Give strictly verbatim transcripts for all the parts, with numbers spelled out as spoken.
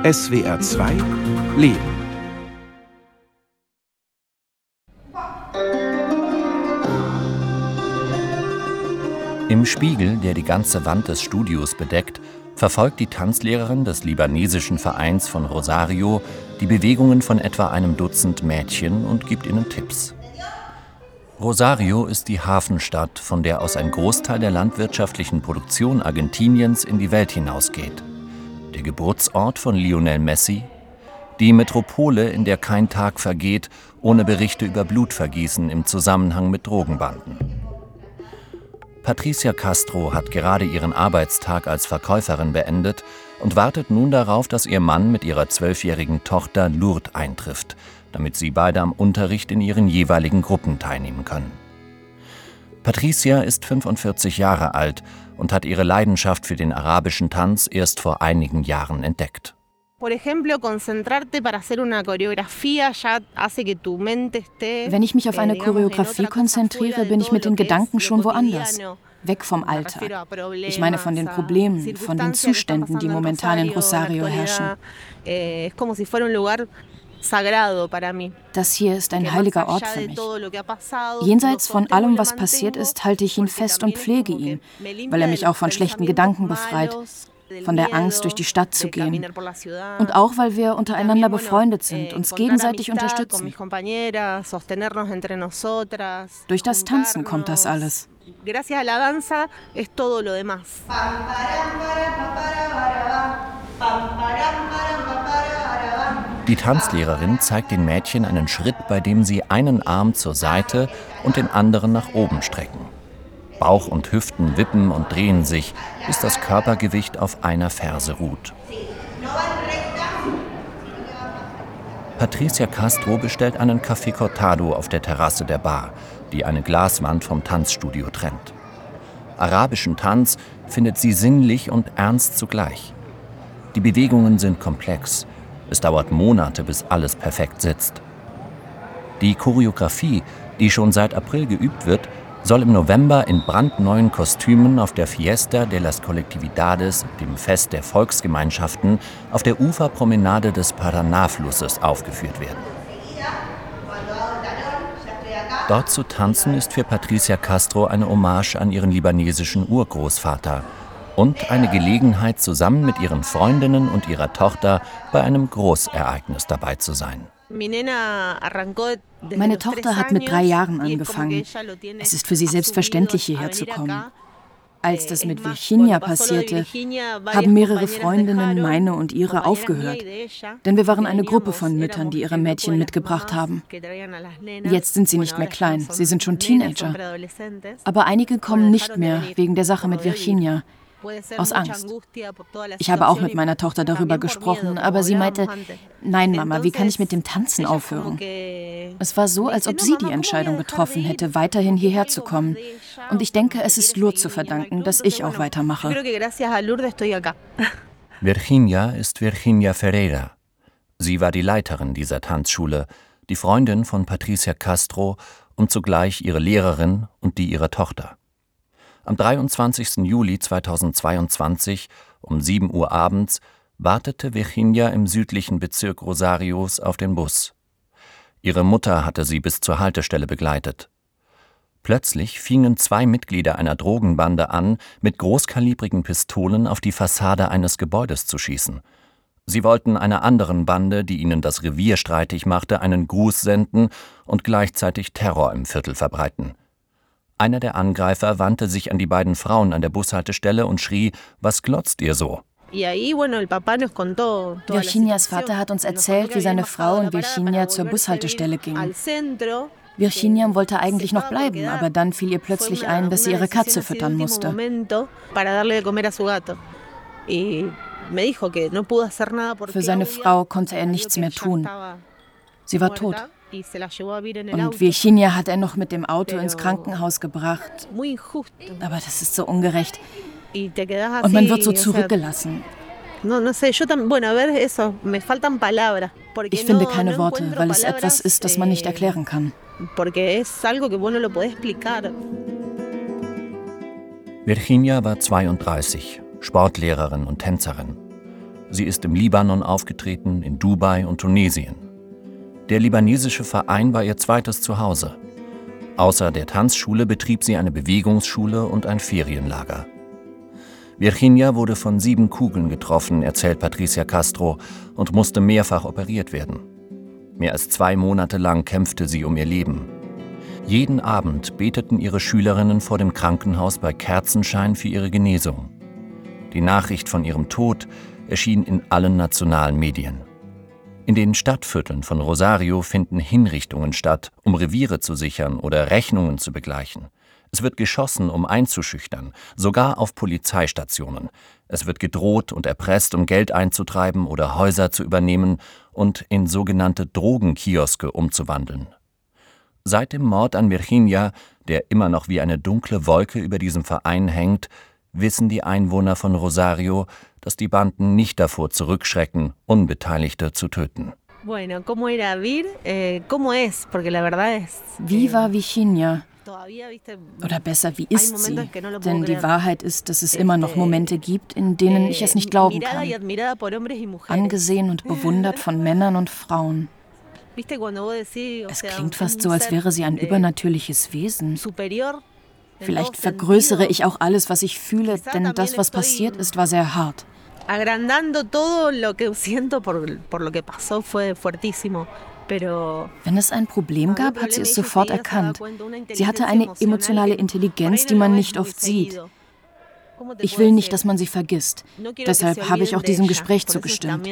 S W R zwei Leben. Im Spiegel, der die ganze Wand des Studios bedeckt, verfolgt die Tanzlehrerin des libanesischen Vereins von Rosario die Bewegungen von etwa einem Dutzend Mädchen und gibt ihnen Tipps. Rosario ist die Hafenstadt, von der aus ein Großteil der landwirtschaftlichen Produktion Argentiniens in die Welt hinausgeht. Der Geburtsort von Lionel Messi, die Metropole, in der kein Tag vergeht, ohne Berichte über Blutvergießen im Zusammenhang mit Drogenbanden. Patricia Castro hat gerade ihren Arbeitstag als Verkäuferin beendet und wartet nun darauf, dass ihr Mann mit ihrer zwölfjährigen Tochter Lourdes eintrifft, damit sie beide am Unterricht in ihren jeweiligen Gruppen teilnehmen können. Patricia ist fünfundvierzig Jahre alt und hat ihre Leidenschaft für den arabischen Tanz erst vor einigen Jahren entdeckt. Wenn ich mich auf eine Choreografie konzentriere, bin ich mit den Gedanken schon woanders. Weg vom Alltag. Ich meine von den Problemen, von den Zuständen, die momentan in Rosario herrschen. Das hier ist ein heiliger Ort für mich. Jenseits von allem, was passiert ist, halte ich ihn fest und pflege ihn, weil er mich auch von schlechten Gedanken befreit, von der Angst, durch die Stadt zu gehen. Und auch, weil wir untereinander befreundet sind, uns gegenseitig unterstützen. Durch das Tanzen kommt das alles. Die Tanzlehrerin zeigt den Mädchen einen Schritt, bei dem sie einen Arm zur Seite und den anderen nach oben strecken. Bauch und Hüften wippen und drehen sich, bis das Körpergewicht auf einer Ferse ruht. Patricia Castro bestellt einen Café Cortado auf der Terrasse der Bar, die eine Glaswand vom Tanzstudio trennt. Arabischen Tanz findet sie sinnlich und ernst zugleich. Die Bewegungen sind komplex. Es dauert Monate, bis alles perfekt sitzt. Die Choreografie, die schon seit April geübt wird, soll im November in brandneuen Kostümen auf der Fiesta de las Colectividades, dem Fest der Volksgemeinschaften, auf der Uferpromenade des Paraná-Flusses aufgeführt werden. Dort zu tanzen ist für Patricia Castro eine Hommage an ihren libanesischen Urgroßvater und eine Gelegenheit, zusammen mit ihren Freundinnen und ihrer Tochter bei einem Großereignis dabei zu sein. Meine Tochter hat mit drei Jahren angefangen. Es ist für sie selbstverständlich, hierher zu kommen. Als das mit Virginia passierte, haben mehrere Freundinnen, meine und ihre, aufgehört. Denn wir waren eine Gruppe von Müttern, die ihre Mädchen mitgebracht haben. Jetzt sind sie nicht mehr klein, sie sind schon Teenager. Aber einige kommen nicht mehr wegen der Sache mit Virginia. Aus Angst. Ich habe auch mit meiner Tochter darüber gesprochen, aber sie meinte, nein Mama, wie kann ich mit dem Tanzen aufhören? Es war so, als ob sie die Entscheidung getroffen hätte, weiterhin hierher zu kommen. Und ich denke, es ist Lourdes zu verdanken, dass ich auch weitermache. Virginia ist Virginia Ferreira. Sie war die Leiterin dieser Tanzschule, die Freundin von Patricia Castro und zugleich ihre Lehrerin und die ihrer Tochter. Am dreiundzwanzigsten Juli zweitausendzweiundzwanzig um sieben Uhr abends wartete Virginia im südlichen Bezirk Rosarios auf den Bus. Ihre Mutter hatte sie bis zur Haltestelle begleitet. Plötzlich fingen zwei Mitglieder einer Drogenbande an, mit großkalibrigen Pistolen auf die Fassade eines Gebäudes zu schießen. Sie wollten einer anderen Bande, die ihnen das Revier streitig machte, einen Gruß senden und gleichzeitig Terror im Viertel verbreiten. Einer der Angreifer wandte sich an die beiden Frauen an der Bushaltestelle und schrie, was glotzt ihr so? Virginias Vater hat uns erzählt, wie seine Frau und Virginia zur Bushaltestelle gingen. Virginia wollte eigentlich noch bleiben, aber dann fiel ihr plötzlich ein, dass sie ihre Katze füttern musste. Für seine Frau konnte er nichts mehr tun. Sie war tot. Und Virginia hat er noch mit dem Auto ins Krankenhaus gebracht. Aber das ist so ungerecht. Und man wird so zurückgelassen. Ich finde keine Worte, weil es etwas ist, das man nicht erklären kann. Virginia war zweiunddreißig, Sportlehrerin und Tänzerin. Sie ist im Libanon aufgetreten, in Dubai und Tunesien. Der libanesische Verein war ihr zweites Zuhause. Außer der Tanzschule betrieb sie eine Bewegungsschule und ein Ferienlager. Virginia wurde von sieben Kugeln getroffen, erzählt Patricia Castro, und musste mehrfach operiert werden. Mehr als zwei Monate lang kämpfte sie um ihr Leben. Jeden Abend beteten ihre Schülerinnen vor dem Krankenhaus bei Kerzenschein für ihre Genesung. Die Nachricht von ihrem Tod erschien in allen nationalen Medien. In den Stadtvierteln von Rosario finden Hinrichtungen statt, um Reviere zu sichern oder Rechnungen zu begleichen. Es wird geschossen, um einzuschüchtern, sogar auf Polizeistationen. Es wird gedroht und erpresst, um Geld einzutreiben oder Häuser zu übernehmen und in sogenannte Drogenkioske umzuwandeln. Seit dem Mord an Virginia, der immer noch wie eine dunkle Wolke über diesem Verein hängt, wissen die Einwohner von Rosario, dass die Banden nicht davor zurückschrecken, Unbeteiligte zu töten. Wie war Virginia? Oder besser, wie ist sie? Denn die Wahrheit ist, dass es immer noch Momente gibt, in denen ich es nicht glauben kann. Angesehen und bewundert von Männern und Frauen. Es klingt fast so, als wäre sie ein übernatürliches Wesen. Vielleicht vergrößere ich auch alles, was ich fühle, denn das, was passiert ist, war sehr hart. Wenn es ein Problem gab, hat sie es sofort erkannt. Sie hatte eine emotionale Intelligenz, die man nicht oft sieht. Ich will nicht, dass man sie vergisst. Deshalb habe ich auch diesem Gespräch zugestimmt.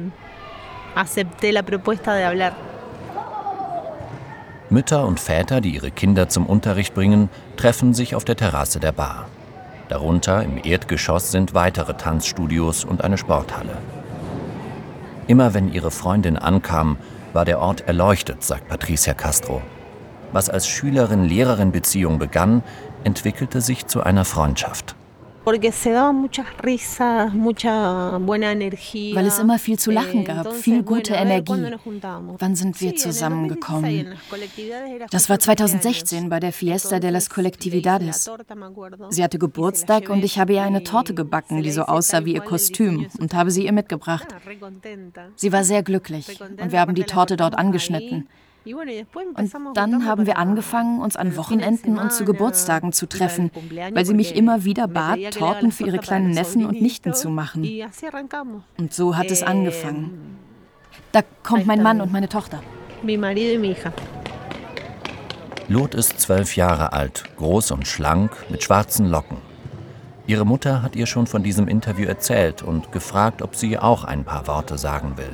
Mütter und Väter, die ihre Kinder zum Unterricht bringen, treffen sich auf der Terrasse der Bar. Darunter im Erdgeschoss sind weitere Tanzstudios und eine Sporthalle. Immer wenn ihre Freundin ankam, war der Ort erleuchtet, sagt Patricia Castro. Was als Schülerin-Lehrerin-Beziehung begann, entwickelte sich zu einer Freundschaft. Weil es immer viel zu lachen gab, viel gute Energie. Wann sind wir zusammengekommen? Das war zweitausendsechzehn bei der Fiesta de las Colectividades. Sie hatte Geburtstag und ich habe ihr eine Torte gebacken, die so aussah wie ihr Kostüm, und habe sie ihr mitgebracht. Sie war sehr glücklich und wir haben die Torte dort angeschnitten. Und dann haben wir angefangen, uns an Wochenenden und zu Geburtstagen zu treffen, weil sie mich immer wieder bat, Torten für ihre kleinen Neffen und Nichten zu machen. Und so hat es angefangen. Da kommt mein Mann und meine Tochter. Lot ist zwölf Jahre alt, groß und schlank, mit schwarzen Locken. Ihre Mutter hat ihr schon von diesem Interview erzählt und gefragt, ob sie auch ein paar Worte sagen will.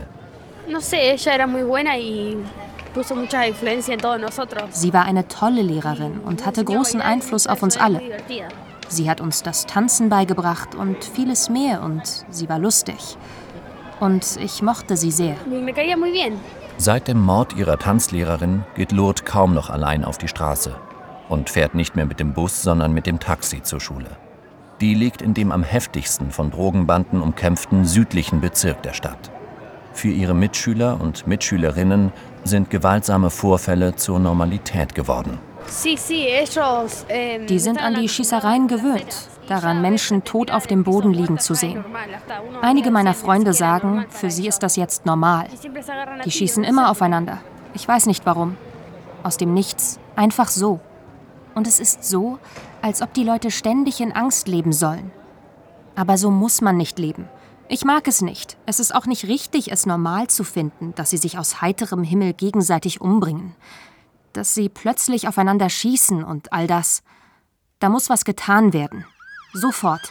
Sie war eine tolle Lehrerin und hatte großen Einfluss auf uns alle. Sie hat uns das Tanzen beigebracht und vieles mehr, und sie war lustig. Und ich mochte sie sehr. Seit dem Mord ihrer Tanzlehrerin geht Lourdes kaum noch allein auf die Straße und fährt nicht mehr mit dem Bus, sondern mit dem Taxi zur Schule. Die liegt in dem am heftigsten von Drogenbanden umkämpften südlichen Bezirk der Stadt. Für ihre Mitschüler und Mitschülerinnen sind gewaltsame Vorfälle zur Normalität geworden. Die sind an die Schießereien gewöhnt, daran Menschen tot auf dem Boden liegen zu sehen. Einige meiner Freunde sagen, für sie ist das jetzt normal. Die schießen immer aufeinander. Ich weiß nicht warum. Aus dem Nichts. Einfach so. Und es ist so, als ob die Leute ständig in Angst leben sollen. Aber so muss man nicht leben. Ich mag es nicht. Es ist auch nicht richtig, es normal zu finden, dass sie sich aus heiterem Himmel gegenseitig umbringen. Dass sie plötzlich aufeinander schießen und all das. Da muss was getan werden. Sofort.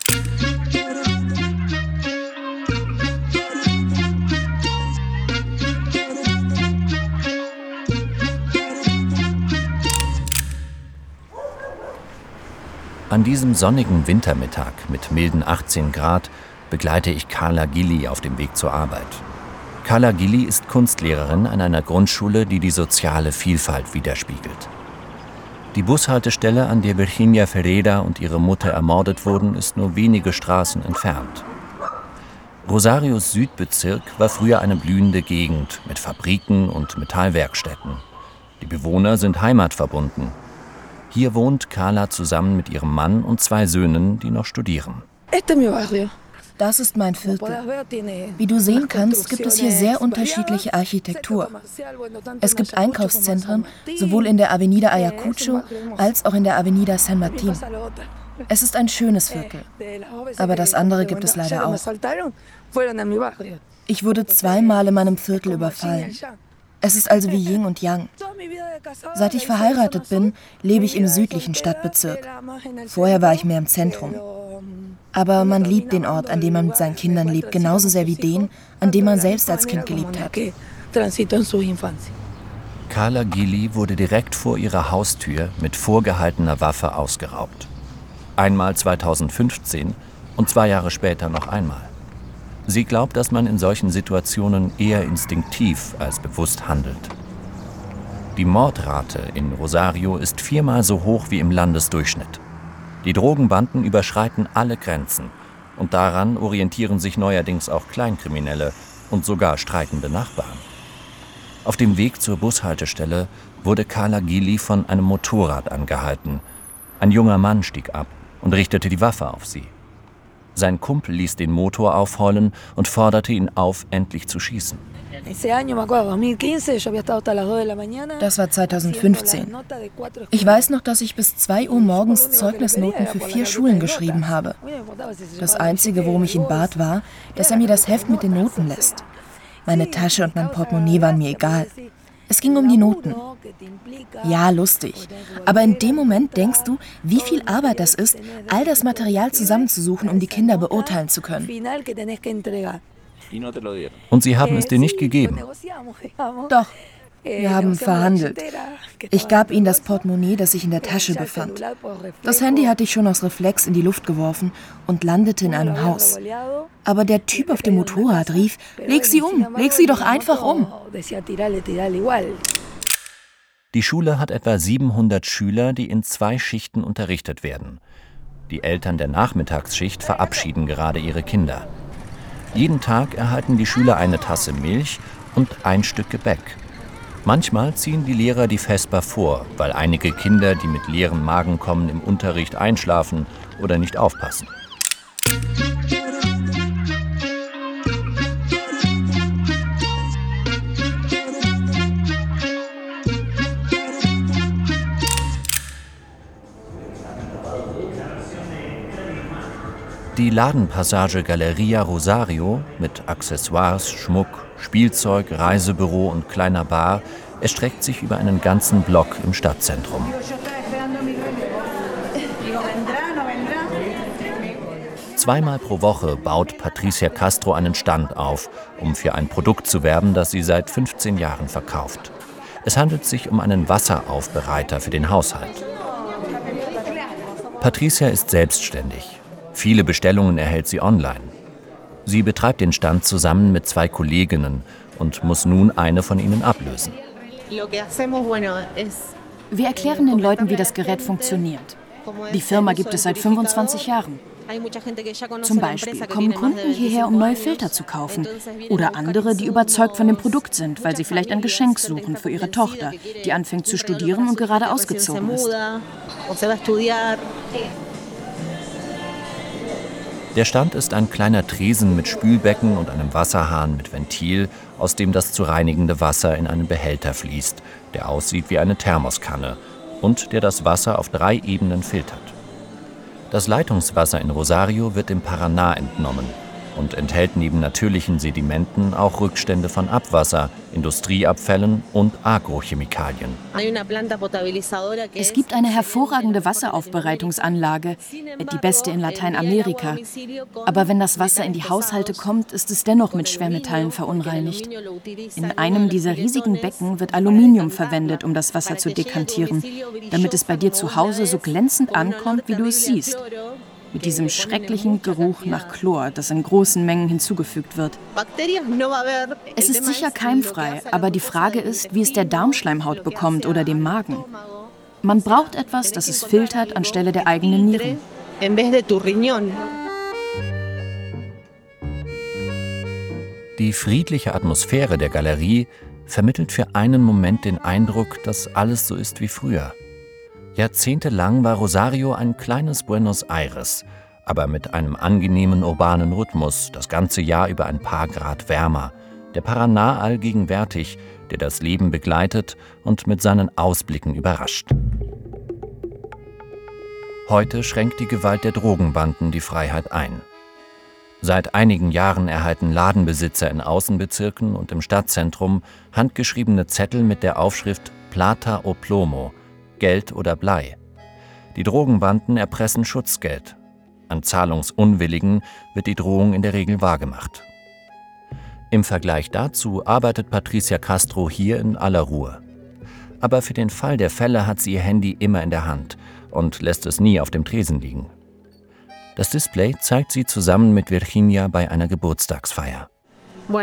An diesem sonnigen Wintermittag mit milden achtzehn Grad begleite ich Carla Gilli auf dem Weg zur Arbeit. Carla Gilli ist Kunstlehrerin an einer Grundschule, die die soziale Vielfalt widerspiegelt. Die Bushaltestelle, an der Virginia Ferreira und ihre Mutter ermordet wurden, ist nur wenige Straßen entfernt. Rosarios Südbezirk war früher eine blühende Gegend mit Fabriken und Metallwerkstätten. Die Bewohner sind heimatverbunden. Hier wohnt Carla zusammen mit ihrem Mann und zwei Söhnen, die noch studieren. Das ist mein Viertel. Wie du sehen kannst, gibt es hier sehr unterschiedliche Architektur. Es gibt Einkaufszentren, sowohl in der Avenida Ayacucho als auch in der Avenida San Martín. Es ist ein schönes Viertel. Aber das andere gibt es leider auch. Ich wurde zweimal in meinem Viertel überfallen. Es ist also wie Yin und Yang. Seit ich verheiratet bin, lebe ich im südlichen Stadtbezirk. Vorher war ich mehr im Zentrum. Aber man liebt den Ort, an dem man mit seinen Kindern lebt, genauso sehr wie den, an dem man selbst als Kind gelebt hat. Carla Gili wurde direkt vor ihrer Haustür mit vorgehaltener Waffe ausgeraubt. Einmal zweitausendfünfzehn und zwei Jahre später noch einmal. Sie glaubt, dass man in solchen Situationen eher instinktiv als bewusst handelt. Die Mordrate in Rosario ist viermal so hoch wie im Landesdurchschnitt. Die Drogenbanden überschreiten alle Grenzen und daran orientieren sich neuerdings auch Kleinkriminelle und sogar streitende Nachbarn. Auf dem Weg zur Bushaltestelle wurde Carla Gili von einem Motorrad angehalten. Ein junger Mann stieg ab und richtete die Waffe auf sie. Sein Kumpel ließ den Motor aufheulen und forderte ihn auf, endlich zu schießen. Das war zweitausendfünfzehn. Ich weiß noch, dass ich bis zwei Uhr morgens Zeugnisnoten für vier Schulen geschrieben habe. Das Einzige, worum ich ihn bat, war, dass er mir das Heft mit den Noten lässt. Meine Tasche und mein Portemonnaie waren mir egal. Es ging um die Noten. Ja, lustig. Aber in dem Moment denkst du, wie viel Arbeit das ist, all das Material zusammenzusuchen, um die Kinder beurteilen zu können. Und sie haben es dir nicht gegeben? Doch, wir haben verhandelt. Ich gab ihnen das Portemonnaie, das sich in der Tasche befand. Das Handy hatte ich schon aus Reflex in die Luft geworfen und landete in einem Haus. Aber der Typ auf dem Motorrad rief, leg sie um, leg sie doch einfach um. Die Schule hat etwa siebenhundert Schüler, die in zwei Schichten unterrichtet werden. Die Eltern der Nachmittagsschicht verabschieden gerade ihre Kinder. Jeden Tag erhalten die Schüler eine Tasse Milch und ein Stück Gebäck. Manchmal ziehen die Lehrer die Vesper vor, weil einige Kinder, die mit leerem Magen kommen, im Unterricht einschlafen oder nicht aufpassen. Die Ladenpassage Galeria Rosario mit Accessoires, Schmuck, Spielzeug, Reisebüro und kleiner Bar erstreckt sich über einen ganzen Block im Stadtzentrum. Zweimal pro Woche baut Patricia Castro einen Stand auf, um für ein Produkt zu werben, das sie seit fünfzehn Jahren verkauft. Es handelt sich um einen Wasseraufbereiter für den Haushalt. Patricia ist selbstständig. Viele Bestellungen erhält sie online. Sie betreibt den Stand zusammen mit zwei Kolleginnen und muss nun eine von ihnen ablösen. Wir erklären den Leuten, wie das Gerät funktioniert. Die Firma gibt es seit fünfundzwanzig Jahren. Zum Beispiel kommen Kunden hierher, um neue Filter zu kaufen. Oder andere, die überzeugt von dem Produkt sind, weil sie vielleicht ein Geschenk suchen für ihre Tochter, die anfängt zu studieren und gerade ausgezogen ist. Der Stand ist ein kleiner Tresen mit Spülbecken und einem Wasserhahn mit Ventil, aus dem das zu reinigende Wasser in einen Behälter fließt, der aussieht wie eine Thermoskanne und der das Wasser auf drei Ebenen filtert. Das Leitungswasser in Rosario wird dem Paraná entnommen und enthält neben natürlichen Sedimenten auch Rückstände von Abwasser, Industrieabfällen und Agrochemikalien. Es gibt eine hervorragende Wasseraufbereitungsanlage, die beste in Lateinamerika. Aber wenn das Wasser in die Haushalte kommt, ist es dennoch mit Schwermetallen verunreinigt. In einem dieser riesigen Becken wird Aluminium verwendet, um das Wasser zu dekantieren, damit es bei dir zu Hause so glänzend ankommt, wie du es siehst. Mit diesem schrecklichen Geruch nach Chlor, das in großen Mengen hinzugefügt wird. Es ist sicher keimfrei, aber die Frage ist, wie es der Darmschleimhaut bekommt oder dem Magen. Man braucht etwas, das es filtert anstelle der eigenen Nieren. Die friedliche Atmosphäre der Galerie vermittelt für einen Moment den Eindruck, dass alles so ist wie früher. Jahrzehntelang war Rosario ein kleines Buenos Aires, aber mit einem angenehmen urbanen Rhythmus, das ganze Jahr über ein paar Grad wärmer, der Paraná allgegenwärtig, der das Leben begleitet und mit seinen Ausblicken überrascht. Heute schränkt die Gewalt der Drogenbanden die Freiheit ein. Seit einigen Jahren erhalten Ladenbesitzer in Außenbezirken und im Stadtzentrum handgeschriebene Zettel mit der Aufschrift Plata o Plomo, Geld oder Blei. Die Drogenbanden erpressen Schutzgeld. An Zahlungsunwilligen wird die Drohung in der Regel wahrgemacht. Im Vergleich dazu arbeitet Patricia Castro hier in aller Ruhe. Aber für den Fall der Fälle hat sie ihr Handy immer in der Hand und lässt es nie auf dem Tresen liegen. Das Display zeigt sie zusammen mit Virginia bei einer Geburtstagsfeier. Da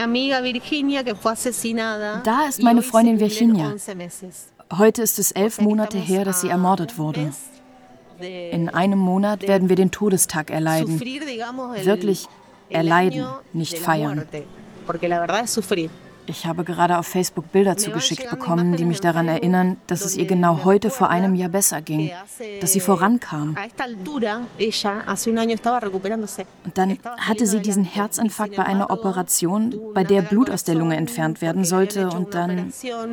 ist meine Freundin Virginia. Heute ist es elf Monate her, dass sie ermordet wurde. In einem Monat werden wir den Todestag erleiden. Wirklich erleiden, nicht feiern. Ich habe gerade auf Facebook Bilder zugeschickt bekommen, die mich daran erinnern, dass es ihr genau heute vor einem Jahr besser ging, dass sie vorankam. Und dann hatte sie diesen Herzinfarkt bei einer Operation, bei der Blut aus der Lunge entfernt werden sollte, und dann...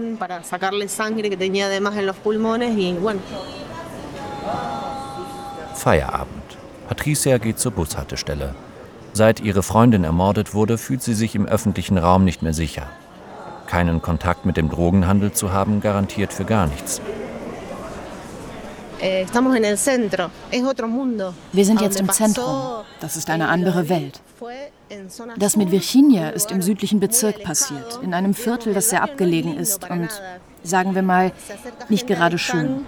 Feierabend. Patricia geht zur Bushaltestelle. Seit ihre Freundin ermordet wurde, fühlt sie sich im öffentlichen Raum nicht mehr sicher. Keinen Kontakt mit dem Drogenhandel zu haben, garantiert für gar nichts. Wir sind jetzt im Zentrum. Das ist eine andere Welt. Das mit Virginia ist im südlichen Bezirk passiert, in einem Viertel, das sehr abgelegen ist und, sagen wir mal, nicht gerade schön.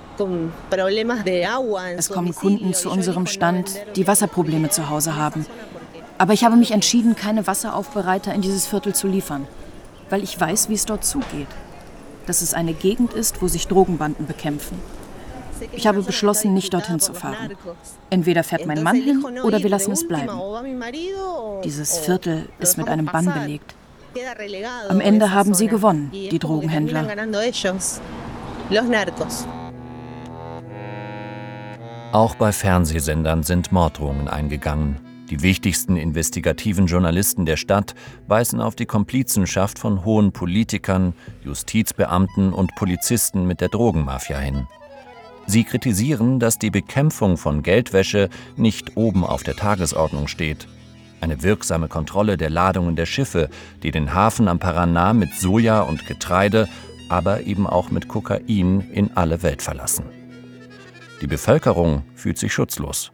Es kommen Kunden zu unserem Stand, die Wasserprobleme zu Hause haben. Aber ich habe mich entschieden, keine Wasseraufbereiter in dieses Viertel zu liefern, weil ich weiß, wie es dort zugeht. Dass es eine Gegend ist, wo sich Drogenbanden bekämpfen. Ich habe beschlossen, nicht dorthin zu fahren. Entweder fährt mein Mann hin oder wir lassen es bleiben. Dieses Viertel ist mit einem Bann belegt. Am Ende haben sie gewonnen, die Drogenhändler. Auch bei Fernsehsendern sind Morddrohungen eingegangen. Die wichtigsten investigativen Journalisten der Stadt weisen auf die Komplizenschaft von hohen Politikern, Justizbeamten und Polizisten mit der Drogenmafia hin. Sie kritisieren, dass die Bekämpfung von Geldwäsche nicht oben auf der Tagesordnung steht. Eine wirksame Kontrolle der Ladungen der Schiffe, die den Hafen am Paraná mit Soja und Getreide, aber eben auch mit Kokain in alle Welt verlassen. Die Bevölkerung fühlt sich schutzlos.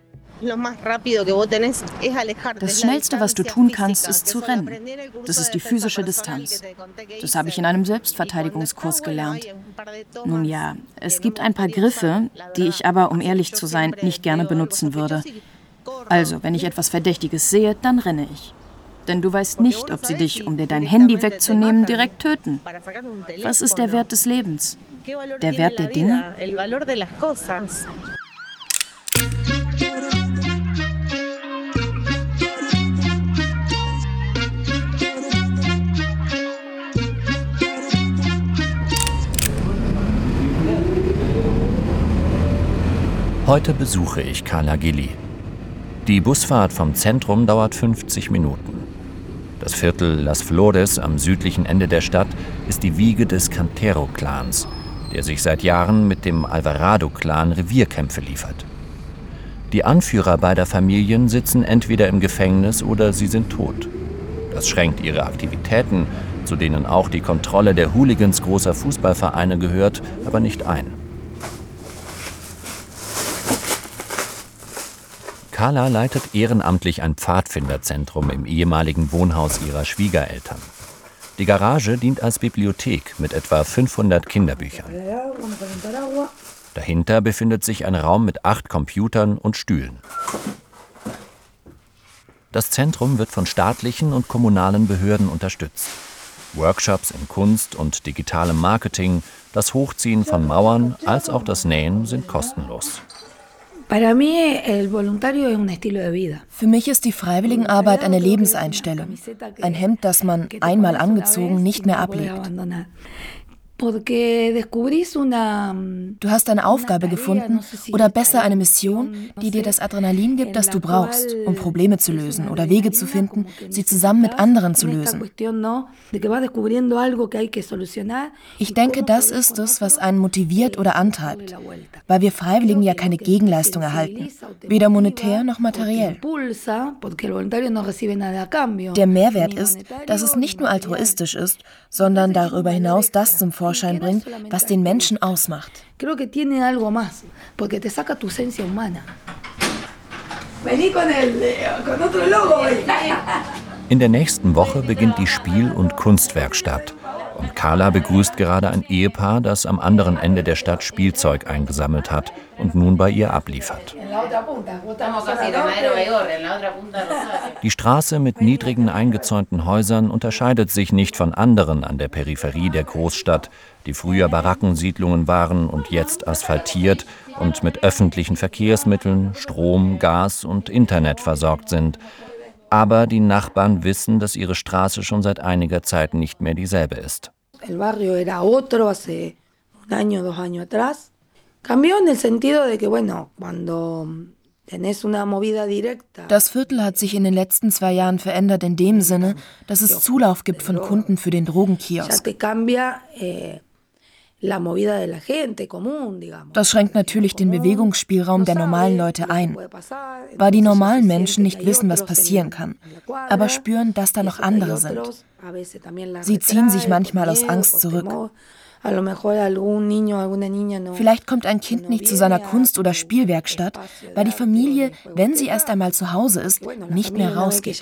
Das Schnellste, was du tun kannst, ist zu rennen. Das ist die physische Distanz. Das habe ich in einem Selbstverteidigungskurs gelernt. Nun ja, es gibt ein paar Griffe, die ich aber, um ehrlich zu sein, nicht gerne benutzen würde. Also, wenn ich etwas Verdächtiges sehe, dann renne ich. Denn du weißt nicht, ob sie dich, um dir dein Handy wegzunehmen, direkt töten. Was ist der Wert des Lebens? Der Wert der Dinge? Heute besuche ich Cala Gili. Die Busfahrt vom Zentrum dauert fünfzig Minuten. Das Viertel Las Flores am südlichen Ende der Stadt ist die Wiege des Cantero-Clans, der sich seit Jahren mit dem Alvarado-Clan Revierkämpfe liefert. Die Anführer beider Familien sitzen entweder im Gefängnis oder sie sind tot. Das schränkt ihre Aktivitäten, zu denen auch die Kontrolle der Hooligans großer Fußballvereine gehört, aber nicht ein. Cala leitet ehrenamtlich ein Pfadfinderzentrum im ehemaligen Wohnhaus ihrer Schwiegereltern. Die Garage dient als Bibliothek mit etwa fünfhundert Kinderbüchern. Dahinter befindet sich ein Raum mit acht Computern und Stühlen. Das Zentrum wird von staatlichen und kommunalen Behörden unterstützt. Workshops in Kunst und digitalem Marketing, das Hochziehen von Mauern als auch das Nähen sind kostenlos. Für mich ist die Freiwilligenarbeit eine Lebenseinstellung. Ein Hemd, das man einmal angezogen nicht mehr ablegt. Du hast eine Aufgabe gefunden oder besser eine Mission, die dir das Adrenalin gibt, das du brauchst, um Probleme zu lösen oder Wege zu finden, sie zusammen mit anderen zu lösen. Ich denke, das ist es, was einen motiviert oder antreibt, weil wir Freiwilligen ja keine Gegenleistung erhalten, weder monetär noch materiell. Der Mehrwert ist, dass es nicht nur altruistisch ist, sondern darüber hinaus das zum Vorschein bringt, was den Menschen ausmacht. In der nächsten Woche beginnt die Spiel- und Kunstwerkstatt. Und Carla begrüßt gerade ein Ehepaar, das am anderen Ende der Stadt Spielzeug eingesammelt hat und nun bei ihr abliefert. Die Straße mit niedrigen eingezäunten Häusern unterscheidet sich nicht von anderen an der Peripherie der Großstadt, die früher Barackensiedlungen waren und jetzt asphaltiert und mit öffentlichen Verkehrsmitteln, Strom, Gas und Internet versorgt sind. Aber die Nachbarn wissen, dass ihre Straße schon seit einiger Zeit nicht mehr dieselbe ist. Das Viertel hat sich in den letzten zwei Jahren verändert in dem Sinne, dass es Zulauf gibt von Kunden für den Drogenkiosk. Das schränkt natürlich den Bewegungsspielraum der normalen Leute ein, weil die normalen Menschen nicht wissen, was passieren kann, aber spüren, dass da noch andere sind. Sie ziehen sich manchmal aus Angst zurück. Vielleicht kommt ein Kind nicht zu seiner Kunst- oder Spielwerkstatt, weil die Familie, wenn sie erst einmal zu Hause ist, nicht mehr rausgeht.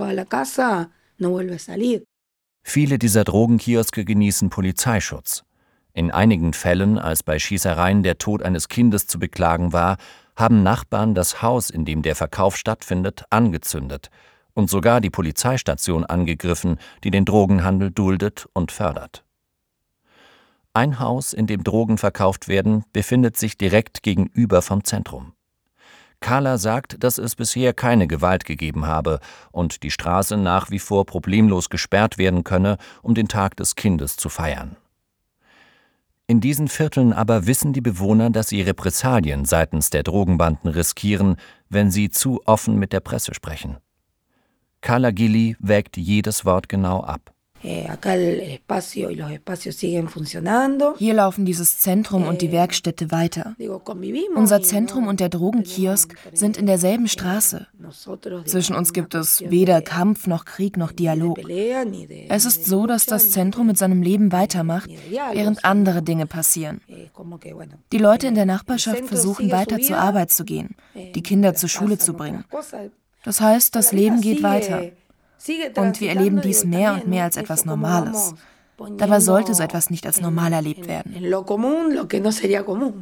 Viele dieser Drogenkioske genießen Polizeischutz. In einigen Fällen, als bei Schießereien der Tod eines Kindes zu beklagen war, haben Nachbarn das Haus, in dem der Verkauf stattfindet, angezündet und sogar die Polizeistation angegriffen, die den Drogenhandel duldet und fördert. Ein Haus, in dem Drogen verkauft werden, befindet sich direkt gegenüber vom Zentrum. Carla sagt, dass es bisher keine Gewalt gegeben habe und die Straße nach wie vor problemlos gesperrt werden könne, um den Tag des Kindes zu feiern. In diesen Vierteln aber wissen die Bewohner, dass sie Repressalien seitens der Drogenbanden riskieren, wenn sie zu offen mit der Presse sprechen. Carla Gilli wägt jedes Wort genau ab. Hier laufen dieses Zentrum und die Werkstätte weiter. Unser Zentrum und der Drogenkiosk sind in derselben Straße. Zwischen uns gibt es weder Kampf noch Krieg noch Dialog. Es ist so, dass das Zentrum mit seinem Leben weitermacht, während andere Dinge passieren. Die Leute in der Nachbarschaft versuchen weiter zur Arbeit zu gehen, die Kinder zur Schule zu bringen. Das heißt, das Leben geht weiter. Und wir erleben dies mehr und mehr als etwas Normales. Dabei sollte so etwas nicht als normal erlebt werden.